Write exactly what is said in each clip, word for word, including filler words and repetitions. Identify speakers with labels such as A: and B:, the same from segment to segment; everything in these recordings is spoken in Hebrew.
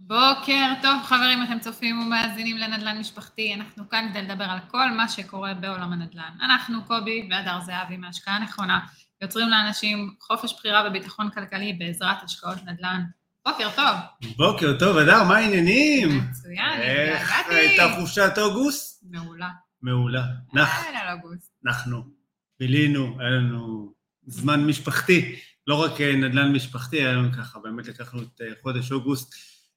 A: בוקר טוב חברים, אתם צופים ומאזינים לנדל"ן משפחתי, אנחנו כאן כדי לדבר על כל מה שקורה בעולם הנדל"ן. אנחנו קובי והדר זהבי מהשקעה נכונה, יוצרים לאנשים חופש בחירה וביטחון כלכלי בעזרת השקעות נדל"ן. בוקר טוב.
B: בוקר טוב, הדר, מה העניינים?
A: מצוין,
B: איך
A: התגעגעתי.
B: הייתה חופשת אוגוסט?
A: מעולה.
B: מעולה.
A: היה לאוגוסט.
B: אנחנו בילינו, היה לנו זמן משפחתי, לא רק נדל"ן משפחתי, היה לנו ככה, באמת לקחנו את חודש אוגוסט,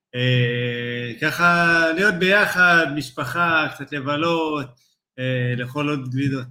B: ככה להיות ביחד, משפחה, קצת לבלות, לאכול עוד גלידות.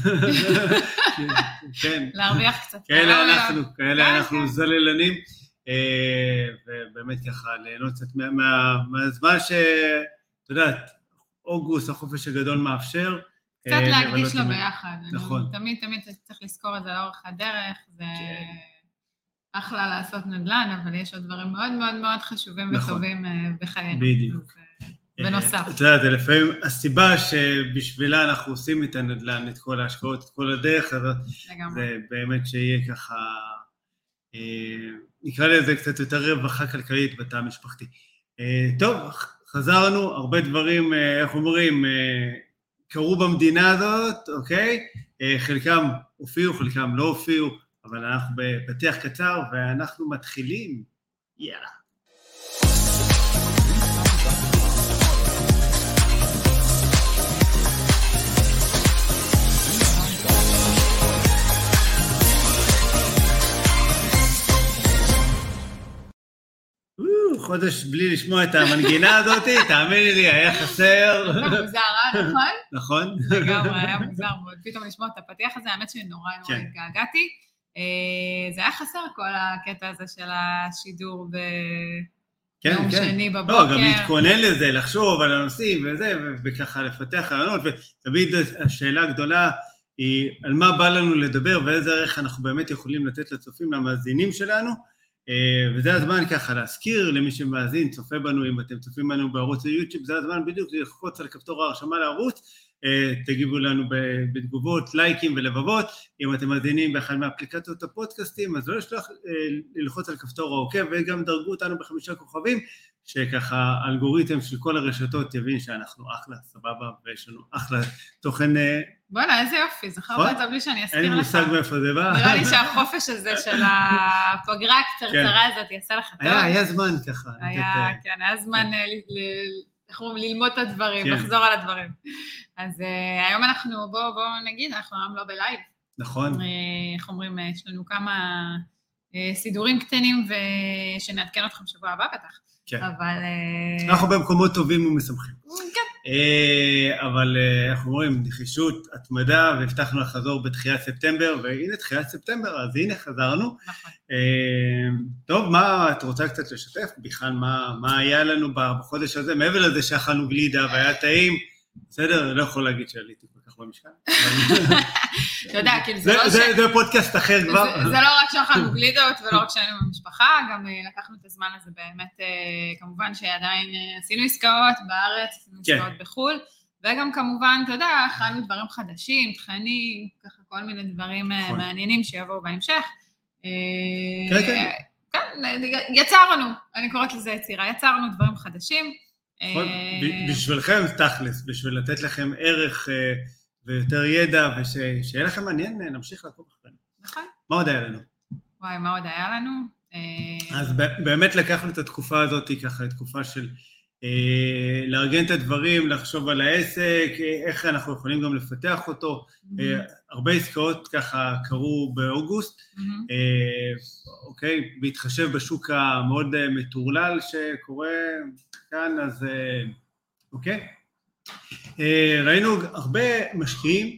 B: כן.
A: להרוויח קצת.
B: כאלה אנחנו, כאלה אנחנו זללנים, ובאמת ככה ליהנות קצת מהזמן שאתה יודעת, אוגוסט, החופש הגדול מאפשר.
A: קצת להקדיש לו ביחד.
B: נכון.
A: תמיד תמיד צריך לזכור את זה לאורך הדרך, זה אחלה לעשות נדל"ן, אבל יש עוד דברים מאוד מאוד מאוד חשובים וטובים בחיינו.
B: בדיוק.
A: בנוסף.
B: אתה יודע, זה לפעמים הסיבה שבשבילה אנחנו עושים את הנדל"ן, את כל ההשקעות, את כל הדרך הזאת, זה באמת שיהיה ככה, נקרא לזה קצת יותר רווחה כלכלית בתא המשפחתי. טוב, חזרנו, הרבה דברים, איך אומרים, קרו במדינה הזאת, אוקיי? חלקם הופיעו, חלקם לא הופיעו, אבל אנחנו בפתיח קצר, ואנחנו מתחילים. יאללה. חודש בלי לשמוע את המנגינה הזאת, תאמיני לי, היה חסר.
A: מוזר, נכון?
B: נכון.
A: לגמרי, היה מוזר מאוד. פתאום לשמוע את הפתיח הזה, האמת שנורא נורא התגעגעתי. זה היה חסר כל הקטע הזה של השידור ביום שני בבוקר.
B: לא, גם להתכונן לזה, לחשוב על הנושאים וזה, וככה לפתח רעיונות, ותמיד השאלה הגדולה היא על מה בא לנו לדבר, ואיזה ערך אנחנו באמת יכולים לתת לצופים, למאזינים שלנו, וזה הזמן ככה להזכיר למי שמאזין, צופה בנו, אם אתם צופים בנו בערוץ היוטיוב, זה הזמן בדיוק ללחוץ על כפתור ההרשמה לערוץ, תגיבו לנו בתגובות, לייקים ולבבות, אם אתם מאזינים באחד מהאפליקציות הפודקאסטים, אז לא לשלוח ללחוץ על כפתור העוקב, וגם דרגו אותנו בחמישה כוכבים, שככה האלגוריתם של כל הרשתות יבין שאנחנו אחלה, סבבה, ויש לנו אחלה תוכן.
A: בוא'נה, איזה יופי, זכרת את זה בלי שאני אזכיר לך.
B: אין לי מושג מאיפה זה בא.
A: נראה לי שהחופש הזה של הפגרה הקצרצרה הזאת יעשה לך טוב.
B: היה זמן ככה.
A: היה, כן, היה זמן ללמוד את הדברים, לחזור על הדברים. אז היום אנחנו, בואו נגיד, אנחנו היום לא בלייב.
B: נכון.
A: איך אומרים, יש לנו כמה סידורים קטנים ושנעדכן אתכם שבוע הבא בטח.
B: כן.
A: אבל...
B: אנחנו במקומות טובים ומשמחים.
A: כן.
B: אבל אנחנו אומרים, נחישות, התמדה, והבטחנו לחזור בתחילת ספטמבר, והנה תחילת ספטמבר, אז הנה חזרנו.
A: נכון.
B: טוב, מה את רוצה קצת לשתף? בכלל, מה היה לנו בחודש הזה? מעבר לזה שאכלנו גלידה והיה טעים, בסדר? לא יכול להגיד שעליתי כל כך במשקל.
A: אתה יודע, כאילו זה לא ש...
B: זה פודקאסט אחר כבר.
A: זה לא רק שאכלנו גלידות ולא רק שהיינו במשפחה, גם לקחנו את הזמן הזה באמת, כמובן שעדיין עשינו עסקאות בארץ, עשינו עסקאות בחול, וגם כמובן, אתה יודע, אכלנו דברים חדשים, תכנים, ככה כל מיני דברים מעניינים שיבואו בהמשך.
B: כן, כן.
A: כן, יצרנו, אני קוראת לזה יצירה, יצרנו דברים חדשים.
B: בשבילכם תכלס, בשביל לתת לכם ערך ויותר ידע, ושיהיה לכם מעניין, נמשיך לעקוב אחרינו.
A: נכון.
B: מה עוד היה לנו?
A: וואי, מה עוד היה לנו?
B: אז באמת לקחנו את התקופה הזאת, ככה, תקופה של לארגן את הדברים, לחשוב על העסק, איך אנחנו יכולים גם לפתח אותו. הרבה עסקאות ככה קרו באוגוסט, אוקיי, בהתחשב בשוק המאוד מטורלל שקורה כאן, אז אוקיי. ראינו הרבה משקיעים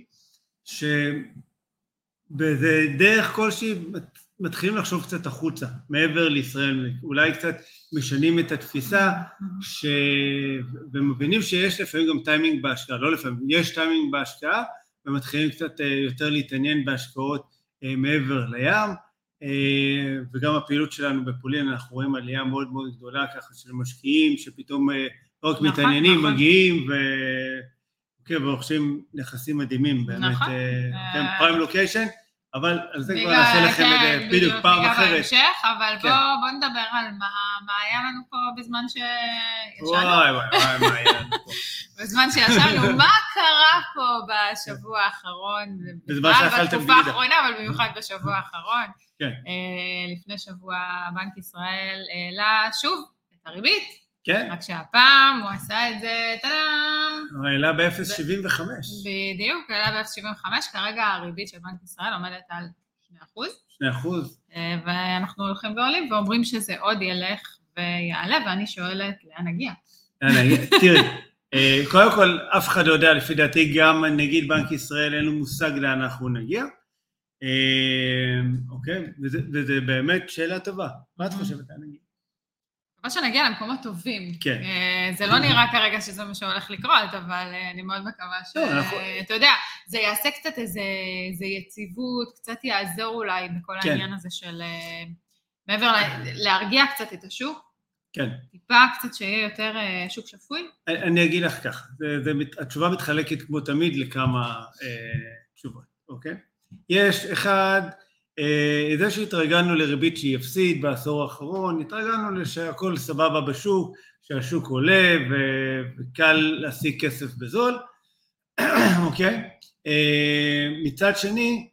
B: שבזה דרך כלשהי מתחילים לחשוב קצת החוצה, מעבר לישראל, אולי קצת משנים את התפיסה, ש... ומבינים שיש לפעמים גם טיימינג בהשקעה, לא לפעמים, יש טיימינג בהשקעה, ומתחילים קצת יותר להתעניין בהשקעות מעבר לים, וגם הפעילות שלנו בפולין, אנחנו רואים עלייה מאוד מאוד גדולה ככה של משקיעים, שפתאום רק מתעניינים, מגיעים, ו... אוקיי, ורוכשים נכסים מדהימים, באמת, פריים לוקיישן, אבל על זה כבר נעשה לכם את בדיוק פעם אחרת.
A: בהמשך, אבל בואו נדבר על מה היה לנו פה בזמן שישנו.
B: וואי וואי וואי, מה היה לנו פה.
A: בזמן שישנו, מה קרה פה בשבוע האחרון?
B: בזמן שאכלתם
A: בתקופה האחרונה, אבל במיוחד בשבוע האחרון.
B: כן.
A: לפני שבוע בנק ישראל העלה שוב את הריבית.
B: כן.
A: רק שהפעם הוא עשה את זה, טאדם.
B: הוא העלה ב-אפס נקודה שבעים וחמש.
A: בדיוק, העלה ב-אפס נקודה שבעים וחמש, כרגע הריבית של בנק ישראל עומדת על שני אחוז.
B: שני אחוז.
A: ואנחנו הולכים ועולים ואומרים שזה עוד ילך ויעלה, ואני שואלת, לאן נגיע?
B: תראי, קודם כל, אף אחד לא יודע, לפי דעתי, גם נגיד בנק ישראל, אין לו מושג לאן אנחנו נגיע. אוקיי, וזה באמת שאלה טובה. מה את חושבת לאן נגיע?
A: מה שנגיע למקומות טובים.
B: כן.
A: זה לא נראה כרגע שזה מה שהולך לקרות, אבל אני מאוד מקווה שאתה יודע, זה יעשה קצת איזו יציבות, קצת יעזור אולי בכל העניין הזה של מעבר להרגיע קצת את השוק.
B: כן.
A: טיפה קצת שיהיה יותר שוק שפוי.
B: אני אגיד לך כך, התשובה מתחלקת כמו תמיד לכמה תשובות, אוקיי? יש אחד, זה שהתרגלנו לריבית שהיא אפסית בעשור האחרון, התרגלנו שהכל סבבה בשוק, שהשוק עולה וקל להשיג כסף בזול, אוקיי? מצד שני,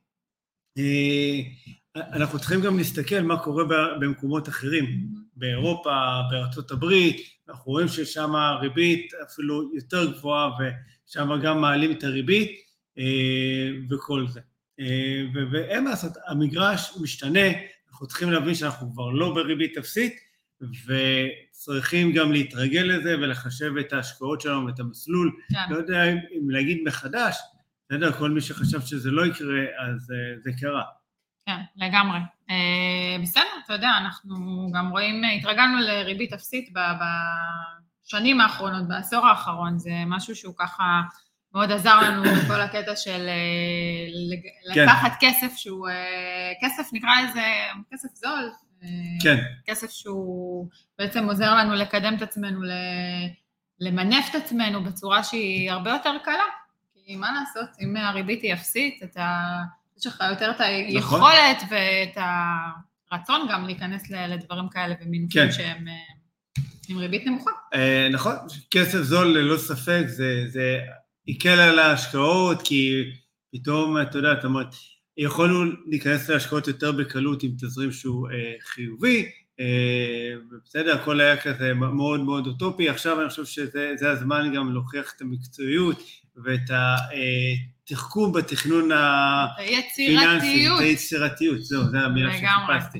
B: אנחנו צריכים גם להסתכל מה קורה במקומות אחרים, באירופה, בארצות הברית, אנחנו רואים ששם הריבית אפילו יותר גבוהה, ושם גם מעלים את הריבית וכל זה. ואין לעשות, המגרש משתנה, אנחנו צריכים להבין שאנחנו כבר לא בריבית אפסית, וצריכים גם להתרגל לזה ולחשב את ההשקעות שלנו ואת המסלול. לא יודע אם להגיד מחדש, לא יודע, כל מי שחשב שזה לא יקרה, אז זה קרה.
A: כן, לגמרי. בסדר, אתה יודע, אנחנו גם רואים, התרגלנו לריבית אפסית בשנים האחרונות, בעשור האחרון, זה משהו שהוא ככה מאוד עזר לנו בכל הקטע של לקחת כסף שהוא, כסף נקרא איזה, כסף זול, כסף שהוא בעצם עוזר לנו לקדם את עצמנו, למנף את עצמנו בצורה שהיא הרבה יותר קלה, כי מה לעשות, אם הריבית היא אפסית, אתה... יש לך יותר את היכולת ואת הרצון גם להיכנס לדברים כאלה במינופים שהם עם ריבית נמוכה.
B: נכון, כסף זול ללא ספק, זה יקל על ההשקעות, כי פתאום, אתה יודע, אתה אומרת, יכולנו להיכנס להשקעות יותר בקלות עם תזרים שהוא חיובי, ובסדר, הכל היה כזה מאוד מאוד אוטופי, עכשיו אני חושב שזה הזמן גם להוכיח את המקצועיות ואת ה... תחכום בתכנון הפיננסי, את היצירתיות, זהו, זה המילה שחיפשתי.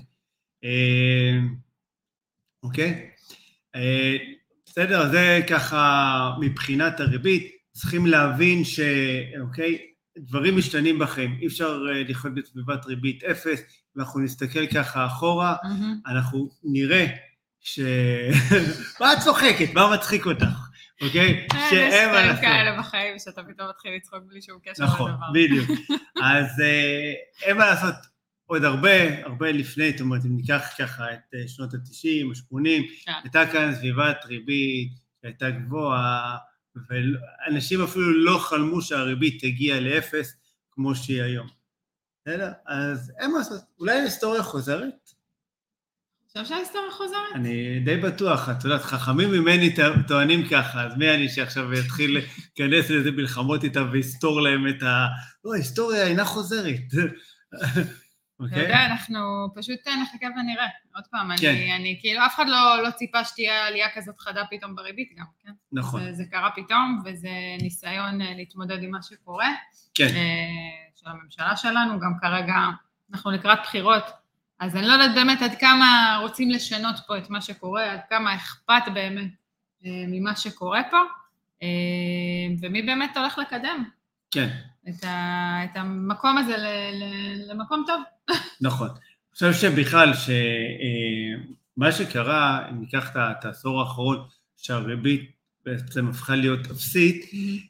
B: אוקיי? בסדר, זה ככה מבחינת הריבית, צריכים להבין ש... אוקיי? דברים משתנים בחיים, אי אפשר לחיות בסביבת ריבית אפס, ואנחנו נסתכל ככה אחורה, אנחנו נראה ש... מה את צוחקת? מה מצחיק אותך? אוקיי?
A: שאין מה לעשות. כאלה בחיים שאתה פתאום מתחיל לצחוק בלי שום קשר לדבר.
B: נכון, בדיוק. אז אין מה לעשות עוד הרבה, הרבה לפני, זאת אומרת, אם ניקח ככה את שנות ה-תשעים, ה-שמונים, הייתה כאן סביבת ריבית שהייתה גבוהה, ואנשים אפילו לא חלמו שהריבית תגיע לאפס כמו שהיא היום. אז אין מה לעשות, אולי ההיסטוריה חוזרת?
A: עכשיו שההיסטוריה חוזרת?
B: אני די בטוח, את יודעת, חכמים ממני טוענים ככה, אז מי אני שעכשיו יתחיל להיכנס לאיזה מלחמות איתה והיסטור להם את ה... לא, ההיסטוריה אינה חוזרת.
A: אתה יודע, אנחנו פשוט נחכה ונראה. עוד פעם, אני כאילו, אף אחד לא ציפה שתהיה עלייה כזאת חדה פתאום בריבית גם, כן?
B: נכון.
A: זה קרה פתאום, וזה ניסיון להתמודד עם מה שקורה.
B: כן.
A: של הממשלה שלנו, גם כרגע אנחנו לקראת בחירות, אז אני לא יודעת באמת עד כמה רוצים לשנות פה את מה שקורה, עד כמה אכפת באמת ממה שקורה פה, ומי באמת הולך לקדם.
B: כן.
A: את, ה, את המקום הזה ל, ל, למקום טוב.
B: נכון. אני חושב שבכלל, שמה שקרה, אם ניקח את העשור האחרון, שהריבית בעצם הפכה להיות אפסית,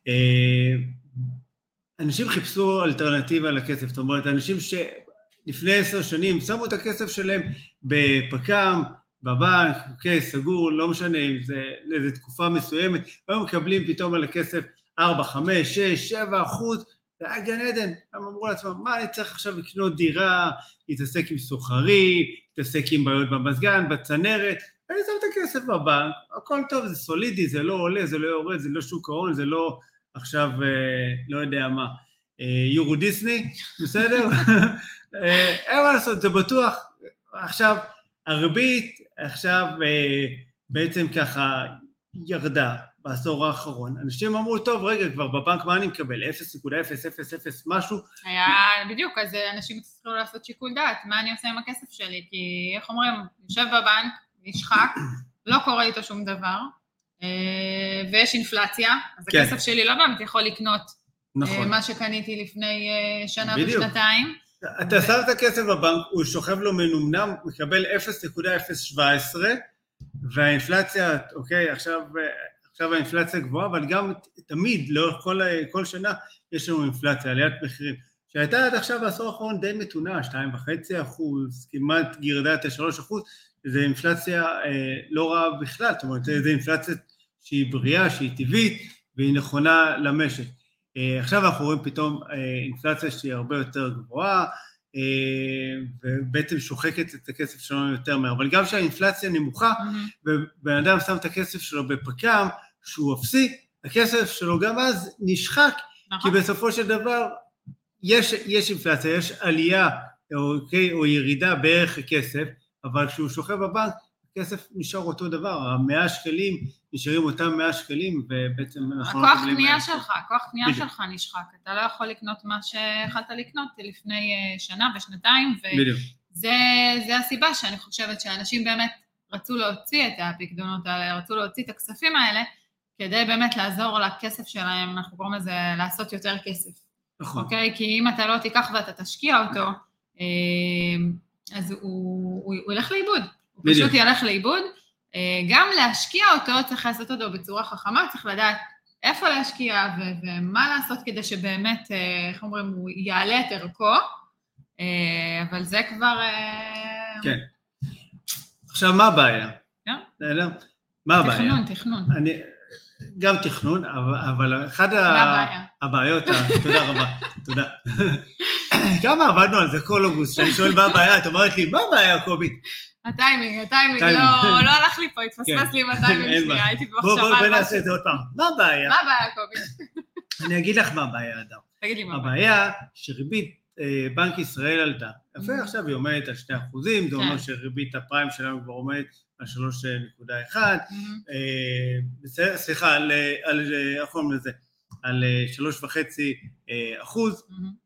B: אנשים חיפשו אלטרנטיבה לכסף, זאת אומרת, אנשים שלפני עשר שנים שמו את הכסף שלהם בפקם, בבנק, אוקיי, סגור, לא משנה אם זה לאיזו תקופה מסוימת, והיום מקבלים פתאום על הכסף ארבע, חמש, שש, שבע אחוז, זה היה גן עדן, הם אמרו לעצמם, מה אני צריך עכשיו לקנות דירה, להתעסק עם סוחרי, להתעסק עם בעיות במזגן, בצנרת, אני שם את הכסף בבנק, הכל טוב, זה סולידי, זה לא עולה, זה לא יורד, זה לא שוק ההון, זה לא עכשיו, לא יודע מה, יורו דיסני, בסדר? אין מה לעשות, זה בטוח. עכשיו, הריבית עכשיו בעצם ככה ירדה בעשור האחרון. אנשים אמרו, טוב, רגע, כבר בבנק מה אני מקבל? אפס נקודה אפס אפס אפס משהו?
A: היה בדיוק, אז אנשים צריכים לעשות שיקול דעת, מה אני עושה עם הכסף שלי? כי, איך אומרים, יושב בבנק, נשחק, לא קורה איתו שום דבר, ויש אינפלציה, אז כן. הכסף שלי לא באמת יכול לקנות נכון. מה שקניתי לפני שנה בדיוק. ושנתיים.
B: אתה ו... שם את הכסף בבנק, הוא שוכב לו מנומנם, מקבל אפס נקודה אפס שבע עשרה, והאינפלציה, אוקיי, עכשיו, עכשיו האינפלציה גבוהה, אבל גם תמיד, לאורך כל, כל שנה, יש לנו אינפלציה, עליית מחירים, שהייתה עד עכשיו בעשור האחרון די מתונה, שתיים וחצי אחוז, כמעט גירדה את השלוש אחוז, זו אינפלציה אה, לא רעה בכלל, זאת אומרת, זו אינפלציה שהיא בריאה, שהיא טבעית, והיא נכונה למשק. אה, עכשיו אנחנו רואים פתאום אה, אינפלציה שהיא הרבה יותר גבוהה, אה, ובעצם שוחקת את הכסף שלנו יותר מהר, אבל גם שהאינפלציה נמוכה, mm-hmm. ובן אדם שם את הכסף שלו בפקם, שהוא אפסי, הכסף שלו גם אז נשחק, נכון. כי בסופו של דבר יש, יש אינפלציה, יש עלייה או, או ירידה בערך הכסף, אבל כשהוא שוכב בבנק, הכסף נשאר אותו דבר, המאה שקלים נשארים אותם מאה שקלים, ובעצם אנחנו...
A: הכוח קנייה שלך, הכוח קנייה שלך נשחק, אתה לא יכול לקנות מה שיכולת לקנות לפני שנה ושנתיים, וזה הסיבה שאני חושבת שאנשים באמת רצו להוציא את הפקדונות האלה, רצו להוציא את הכספים האלה, כדי באמת לעזור לכסף שלהם, אנחנו קוראים לזה לעשות יותר כסף.
B: נכון.
A: אוקיי? כי אם אתה לא תיקח ואתה תשקיע אותו, אז הוא, הוא, הוא ילך לאיבוד, הוא בדיוק. פשוט ילך לאיבוד, גם להשקיע אותו צריך לעשות אותו בצורה חכמה, צריך לדעת איפה להשקיע ו- ומה לעשות כדי שבאמת, איך אומרים, הוא יעלה את ערכו, אבל זה כבר...
B: כן. עכשיו, מה הבעיה?
A: כן?
B: מה הבעיה?
A: תכנון, תכנון.
B: אני... גם תכנון, אבל אחד הבעיות, תודה רבה, תודה. כמה עבדנו על זה כל אוגוסט, שאני שואל מה הבעיה, את אומרת לי, מה הבעיה, קובי?
A: הטיימינג, הטיימינג, לא הלך לי פה, התפספס לי עם הטיימינג שנייה, הייתי במחשבה.
B: בואו נעשה את זה עוד פעם, מה הבעיה?
A: מה הבעיה, קובי?
B: אני אגיד לך מה הבעיה, אדם.
A: תגיד לי מה
B: הבעיה שריבית בנק ישראל עלתה, יפה עכשיו היא עומדת על שני אחוזים, זה אומר שריבית הפריים שלנו כבר עומדת על שלוש נקודה אחת, סליחה, איך קוראים לזה? על שלוש וחצי אחוז,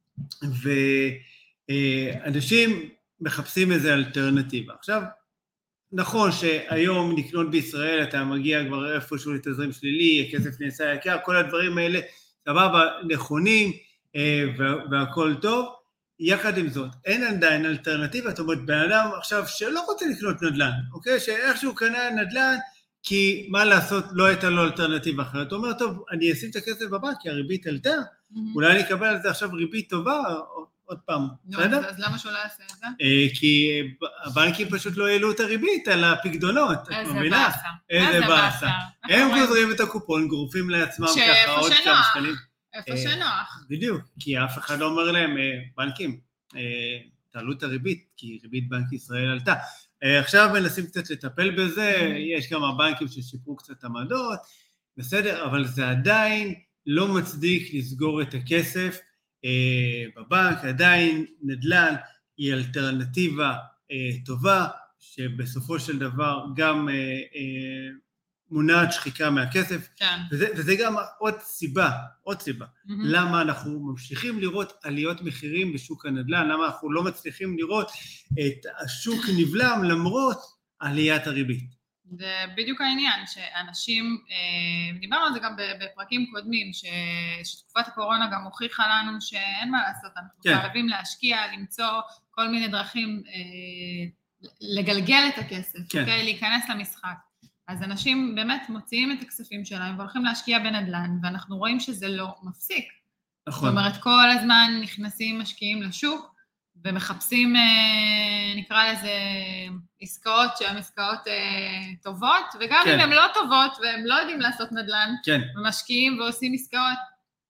B: ואנשים מחפשים איזו אלטרנטיבה. עכשיו, נכון שהיום לקנות בישראל, אתה מגיע כבר איפשהו לתזרים שלילי, הכסף נעשה יקר, כל הדברים האלה, סבבה, נכונים, והכל טוב, יחד עם זאת, אין עדיין אלטרנטיבה, זאת אומרת, בן אדם עכשיו שלא רוצה לקנות נדל"ן, אוקיי? שאיכשהו קנה נדל"ן, כי מה לעשות, לא הייתה לו אלטרנטיבה אחרת. הוא אומר, טוב, אני אשים את הכסף בבנק, כי הריבית עלתה, אולי אני אקבל על זה עכשיו ריבית טובה, עוד פעם, בסדר?
A: אז למה שהוא לא יעשה את זה?
B: כי הבנקים פשוט לא העלו את הריבית על הפקדונות, את מבינה?
A: איזה באסה.
B: הם גוזרים את הקופון, גורפים לעצמם ככה עוד כמה שקלים.
A: איפה שנוח.
B: בדיוק, כי אף אחד לא אומר להם, בנקים, תעלו את הריבית, כי ריבית בנק ישראל עלתה. עכשיו מנסים קצת לטפל בזה, יש כמה בנקים ששיפרו קצת עמדות, בסדר, אבל זה עדיין לא מצדיק לסגור את הכסף בבנק, עדיין נדל"ן היא אלטרנטיבה טובה, שבסופו של דבר גם מונעת שחיקה מהכסף,
A: כן.
B: וזה, וזה גם עוד סיבה, עוד סיבה, mm-hmm. למה אנחנו ממשיכים לראות עליות מחירים בשוק הנדל"ן, למה אנחנו לא מצליחים לראות את השוק נבלם למרות עליית הריבית.
A: זה בדיוק העניין, שאנשים, דיברנו על זה גם בפרקים קודמים, שתקופת הקורונה גם הוכיחה לנו שאין מה לעשות, אנחנו כן. חייבים להשקיע, למצוא כל מיני דרכים לגלגל את הכסף, כן. okay? להיכנס למשחק. אז אנשים באמת מוציאים את הכספים שלהם והולכים להשקיע בנדל"ן, ואנחנו רואים שזה לא מפסיק.
B: נכון.
A: זאת אומרת, כל הזמן נכנסים משקיעים לשוק, ומחפשים, נקרא לזה, עסקאות שהן עסקאות טובות, וגם כן. אם הן לא טובות, והם לא יודעים לעשות נדל"ן,
B: כן.
A: ומשקיעים ועושים עסקאות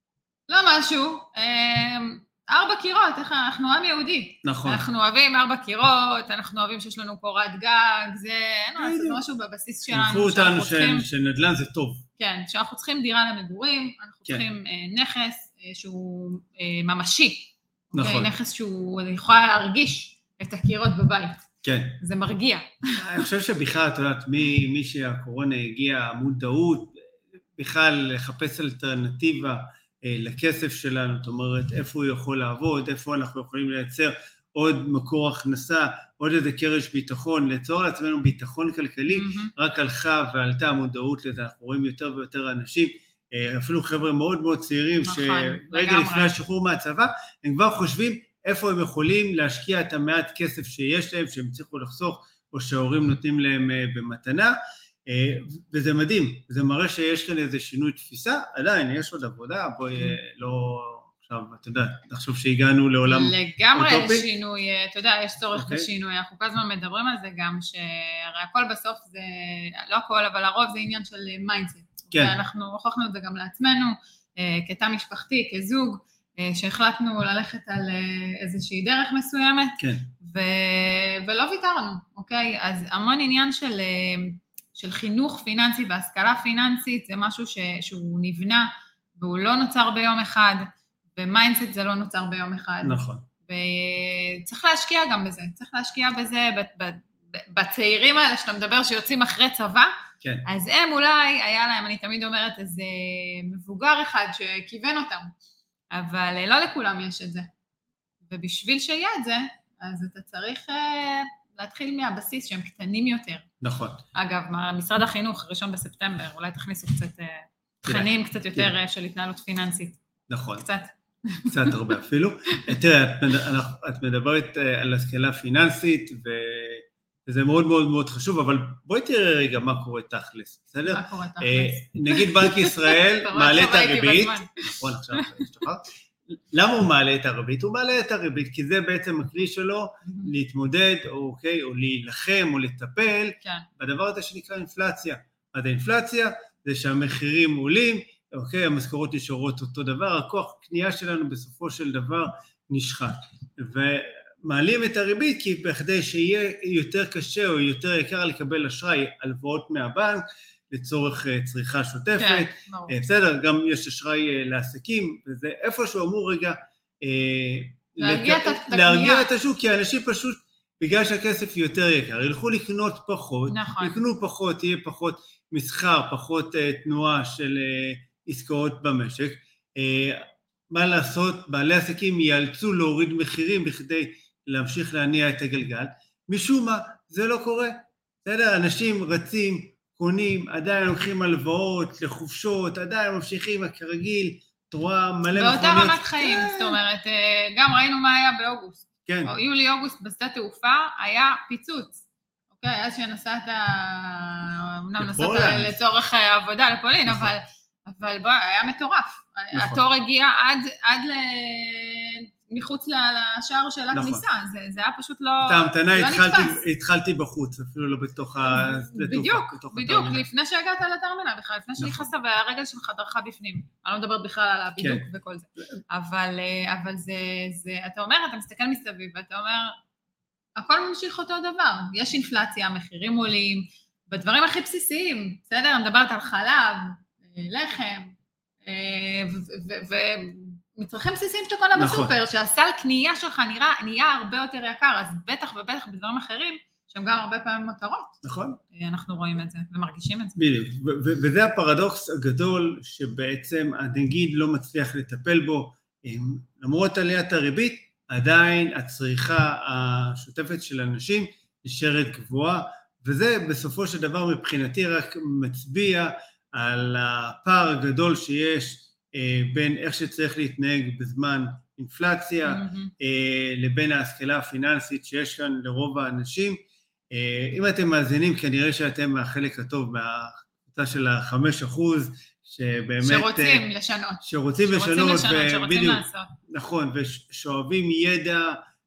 A: לא משהו, ארבע קירות, אנחנו עם יהודי.
B: נכון.
A: אנחנו אוהבים ארבע קירות, אנחנו אוהבים שיש לנו קורת גג, זה משהו בבסיס שלנו.
B: הלכו אותנו שנדל"ן זה טוב.
A: כן, שאנחנו צריכים דירה למגורים, אנחנו צריכים נכס שהוא ממשי. נכון. נכס שהוא יכול להרגיש את הקירות בבית. כן. זה מרגיע.
B: אני חושב שבכלל, את יודעת, מי שהקורונה הגיעה, מודעות, בכלל לחפש אלטרנטיבה לכסף שלנו, זאת אומרת, איפה הוא יכול לעבוד, איפה אנחנו יכולים לייצר עוד מקור הכנסה, עוד איזה קרש ביטחון, ליצור לעצמנו ביטחון כלכלי, mm-hmm. רק הלכה ועלתה המודעות לזה, אנחנו רואים יותר ויותר אנשים, אפילו חבר'ה מאוד מאוד צעירים, נכון, שרגע לפני השחרור מהצבא, הם כבר חושבים איפה הם יכולים להשקיע את המעט כסף שיש להם, שהם צריכו לחסוך, או שההורים נותנים להם במתנה, וזה מדהים, זה מראה שיש כאן איזה שינוי תפיסה, עדיין יש עוד עבודה, בואי לא, עכשיו, אתה יודע, תחשוב שהגענו לעולם
A: אוטופי. לגמרי שינוי, אתה יודע, יש צורך בשינוי, אנחנו כל הזמן מדברים על זה גם, שהרי הכל בסוף זה, לא הכל, אבל הרוב זה עניין של מיינדסט, ואנחנו הוכחנו את זה גם לעצמנו, כתא משפחתי, כזוג, שהחלטנו ללכת על איזושהי דרך מסוימת, ולא ויתרנו, אוקיי? אז המון עניין של של חינוך פיננסי והשכלה פיננסית, זה משהו ש, שהוא נבנה, והוא לא נוצר ביום אחד, ומיינדסט זה לא נוצר ביום אחד.
B: נכון.
A: וצריך להשקיע גם בזה, צריך להשקיע בזה, בצעירים האלה שאתה מדבר שיוצאים אחרי צבא, כן. אז הם אולי, היה להם, אני תמיד אומרת, איזה מבוגר אחד שכיוון אותם, אבל לא לכולם יש את זה. ובשביל שיהיה את זה, אז אתה צריך להתחיל מהבסיס שהם קטנים יותר.
B: נכון.
A: אגב, משרד החינוך, ראשון בספטמבר, אולי תכניסו קצת תכנים קצת יותר של התנהלות פיננסית.
B: נכון.
A: קצת.
B: קצת הרבה אפילו. תראה, את מדברת על השכלה פיננסית, וזה מאוד מאוד מאוד חשוב, אבל בואי תראה רגע מה קורה תכלס, בסדר?
A: מה קורה תכלס?
B: נגיד בנק ישראל מעלה את הריבית, נכון, עכשיו השתחרר, למה הוא מעלה את הריבית? הוא מעלה את הריבית, כי זה בעצם הכלי שלו להתמודד, או, אוקיי, או להילחם, או לטפל, בדבר הזה שנקרא אינפלציה. אז האינפלציה זה שהמחירים עולים, אוקיי, המשכורות נשארות אותו דבר, הכוח קנייה שלנו בסופו של דבר נשחק. ומעלים את הריבית, כי בכדי שיהיה יותר קשה או יותר יקר לקבל אשראי, הלוואות מהבנק, לצורך צריכה שוטפת, כן, בסדר, גם יש אשראי לעסקים, וזה איפשהו אמור רגע
A: להרגיע, לת... את,
B: להרגיע את השוק, כי האנשים פשוט, בגלל שהכסף יותר יקר, ילכו לקנות פחות,
A: נכון.
B: יקנו פחות, יהיה פחות מסחר, פחות uh, תנועה של uh, עסקאות במשק, uh, מה לעשות, בעלי עסקים ייאלצו להוריד מחירים בכדי להמשיך להניע את הגלגל, משום מה, זה לא קורה, בסדר, אנשים רצים, קונים, עדיין לוקחים הלוואות לחופשות, עדיין ממשיכים כרגיל, תרועה מלא מכוניות.
A: באותה רמת חיים, זאת אומרת, גם ראינו מה היה באוגוסט.
B: כן.
A: או יולי-אוגוסט בשדה תעופה היה פיצוץ. אוקיי, אז שנסעת, אמנם נסעת לצורך עבודה לפולין, אבל, אבל בוא, היה מטורף. התור הגיע עד, עד ל... מחוץ לשער של הכניסה, זה, זה היה פשוט לא,
B: את ההמתנה לא התחלתי, התחלתי בחוץ, אפילו לא בתוך ה...
A: בדיוק, בדיוק, לפני שהגעת לטרמינל בכלל, לפני שנכנסת והרגל שלך דרכה בפנים, אני לא מדברת בכלל על הבידוק כן. וכל זה, אבל, אבל זה, זה, אתה אומר, אתה מסתכל מסביב, ואתה אומר, הכל ממשיך אותו דבר, יש אינפלציה, מחירים עולים, בדברים הכי בסיסיים, בסדר, אני מדברת על חלב, לחם, ו... ו, ו מצרכים בסיסיים שאתה קונה נכון. בסופר, שהסל קנייה שלך נראה, נהיה הרבה יותר יקר, אז בטח ובטח בדברים אחרים, שהם גם הרבה פעמים מטרות.
B: נכון.
A: אנחנו רואים את זה ומרגישים את זה.
B: בדיוק, וזה הפרדוקס הגדול שבעצם הנגיד לא מצליח לטפל בו, למרות עליית הריבית, עדיין הצריכה השוטפת של אנשים נשארת גבוהה, וזה בסופו של דבר מבחינתי רק מצביע על הפער הגדול שיש, בין איך שצריך להתנהג בזמן אינפלציה, mm-hmm. לבין ההשכלה הפיננסית שיש כאן לרוב האנשים. אם אתם מאזינים, כנראה שאתם מהחלק הטוב, מהקבוצה של החמש אחוז, שבאמת...
A: שרוצים לשנות.
B: שרוצים לשנות.
A: שרוצים לשנות, שרוצים לעשות.
B: נכון, ושואבים ידע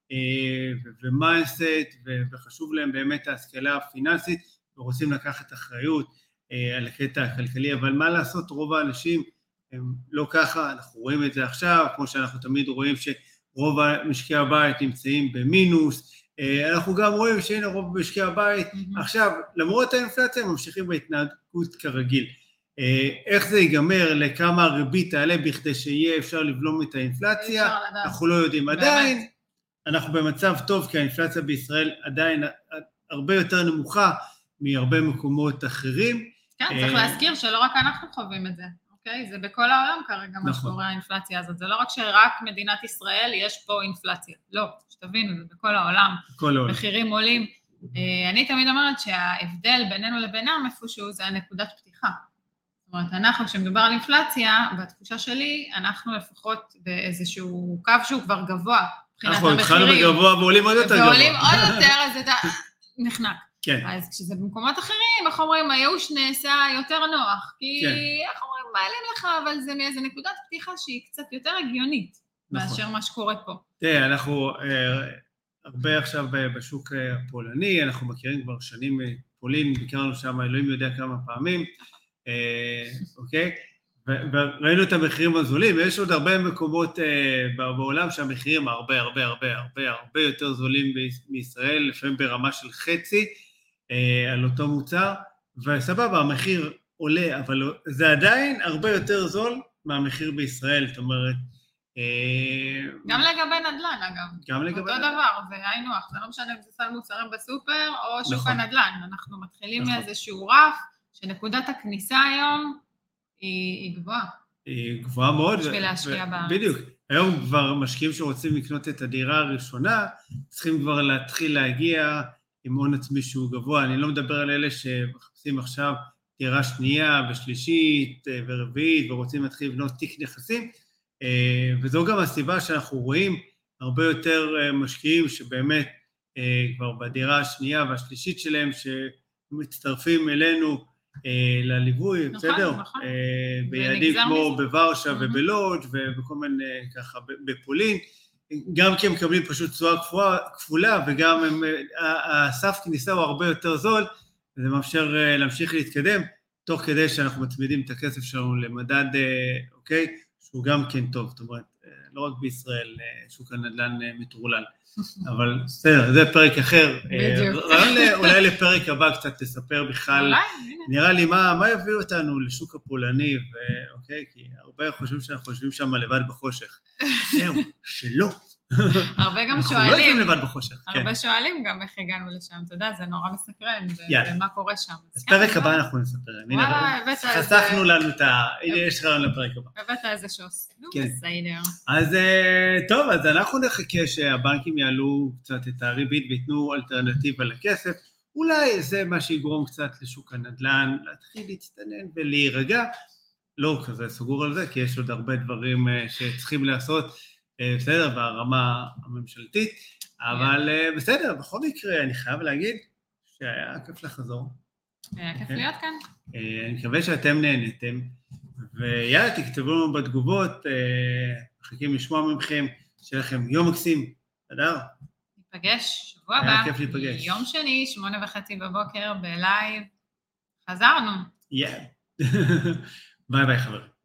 B: ומיינדסט, וחשוב להם באמת ההשכלה הפיננסית, ורוצים לקחת אחריות על הקטע הכלכלי, אבל מה לעשות, רוב האנשים, הם לא ככה, אנחנו רואים את זה עכשיו, כמו שאנחנו תמיד רואים שרוב משקי הבית נמצאים במינוס, אנחנו גם רואים שהנה רוב משקי הבית, mm-hmm. עכשיו, למרות האינפלציה, הם ממשיכים בהתנהגות כרגיל. איך זה ייגמר, לכמה הריבית תעלה בכדי שיהיה אפשר לבלום את האינפלציה, אנחנו לא יודעים. באמת. עדיין, אנחנו במצב טוב, כי האינפלציה בישראל עדיין הרבה יותר נמוכה מהרבה מקומות אחרים.
A: כן, צריך להזכיר שלא רק אנחנו חווים את זה, אוקיי? זה בכל העולם כרגע מה שקורה האינפלציה הזאת. זה לא רק שרק מדינת ישראל יש פה אינפלציה. לא, שתבינו, זה בכל העולם.
B: בכל העולם.
A: מחירים עולים. אני תמיד אומרת שההבדל בינינו לבינם איפשהו זה הנקודת פתיחה. זאת אומרת, אנחנו, כשמדובר על אינפלציה, בתחושה שלי, אנחנו לפחות באיזשהו קו שהוא כבר גבוה.
B: אנחנו התחלנו בגבוה ועולים עוד יותר גבוה.
A: ועולים עוד יותר, אז זה נחנק.
B: כן.
A: אז כשזה במקומות אחרים, איך אומרים, הייאוש נעשה יותר נוח, כי איך אומרים, מעלים לך, אבל זה מאיזו נקודת פתיחה שהיא קצת יותר הגיונית, מאשר מה שקורה פה.
B: תראה, אנחנו הרבה עכשיו בשוק הפולני, אנחנו מכירים כבר שנים פולין, ביקרנו שם, אלוהים יודע כמה פעמים, אוקיי? וראינו את המחירים הזולים, ויש עוד הרבה מקומות בעולם שהמחירים הרבה, הרבה, הרבה, הרבה, הרבה יותר זולים בישראל, לפעמים ברמה של חצי, על אותו מוצר, וסבבה, המחיר עולה, אבל זה עדיין הרבה יותר זול מהמחיר בישראל, זאת אומרת...
A: גם לגבי נדל"ן, אגב.
B: גם לגבי
A: נדל"ן. אותו דבר, זה היינו, זה לא משנה אם זה סל מוצרים בסופר, או שוק הנדל"ן. אנחנו מתחילים מאיזשהו רף, שנקודת הכניסה היום היא גבוהה.
B: היא גבוהה מאוד.
A: בשביל להשקיע בארץ.
B: בדיוק. היום כבר משקיעים שרוצים לקנות את הדירה הראשונה, צריכים כבר להתחיל להגיע עם הון עצמי שהוא גבוה. אני לא מדבר על אלה שמחפשים עכשיו דירה שנייה ושלישית ורביעית, ורוצים להתחיל לבנות תיק נכסים, וזו גם הסיבה שאנחנו רואים הרבה יותר משקיעים שבאמת כבר בדירה השנייה והשלישית שלהם, שמצטרפים אלינו לליווי,
A: נכון,
B: בסדר?
A: נכון.
B: ביעדים כמו בוורשה ובלודג' ובכל מיני ככה בפולין, גם כי הם מקבלים פשוט תשואה כפולה, וגם הם, הסף כניסה הוא הרבה יותר זול, וזה מאפשר להמשיך להתקדם, תוך כדי שאנחנו מצמידים את הכסף שלנו למדד, אוקיי? שהוא גם כן טוב, זאת אומרת, לא רק בישראל, שוק הנדל"ן מטורלל, אבל בסדר, זה פרק אחר.
A: בדיוק.
B: אולי לפרק הבא קצת תספר בכלל, נראה לי מה יביא אותנו לשוק הפולני, ואוקיי, כי הרבה חושבים שאנחנו חושבים שם לבד בחושך. זהו, שלא.
A: הרבה גם שואלים.
B: אנחנו לא יודעים לבד בחושך.
A: הרבה שואלים גם איך הגענו לשם, אתה יודע, זה נורא מסקרן, ומה קורה שם.
B: אז פרק הבא אנחנו נספר. חסכנו לנו את ה... הנה, יש רעיון לפרק הבא.
A: הבאת איזה שוס. נו, בסדר.
B: אז טוב, אז אנחנו נחכה שהבנקים יעלו קצת את הריבית ויתנו אלטרנטיבה לכסף. אולי זה מה שיגרום קצת לשוק הנדל"ן, להתחיל להצטנן ולהירגע. לא כזה סגור על זה, כי יש עוד הרבה דברים שצריכים לעשות. בסדר, ברמה הממשלתית, אבל בסדר, בכל מקרה, אני חייב להגיד שהיה כיף לחזור.
A: היה כיף להיות כאן.
B: אני מקווה שאתם נהנתם, ויאללה, תכתבו לנו בתגובות, מחכים לשמוע מכם, שיהיה לכם יום מקסים, תודה.
A: ניפגש שבוע הבא.
B: היה כיף להיפגש.
A: יום שני, שמונה וחצי בבוקר, בלייב. חזרנו.
B: יאללה. ביי ביי חברים.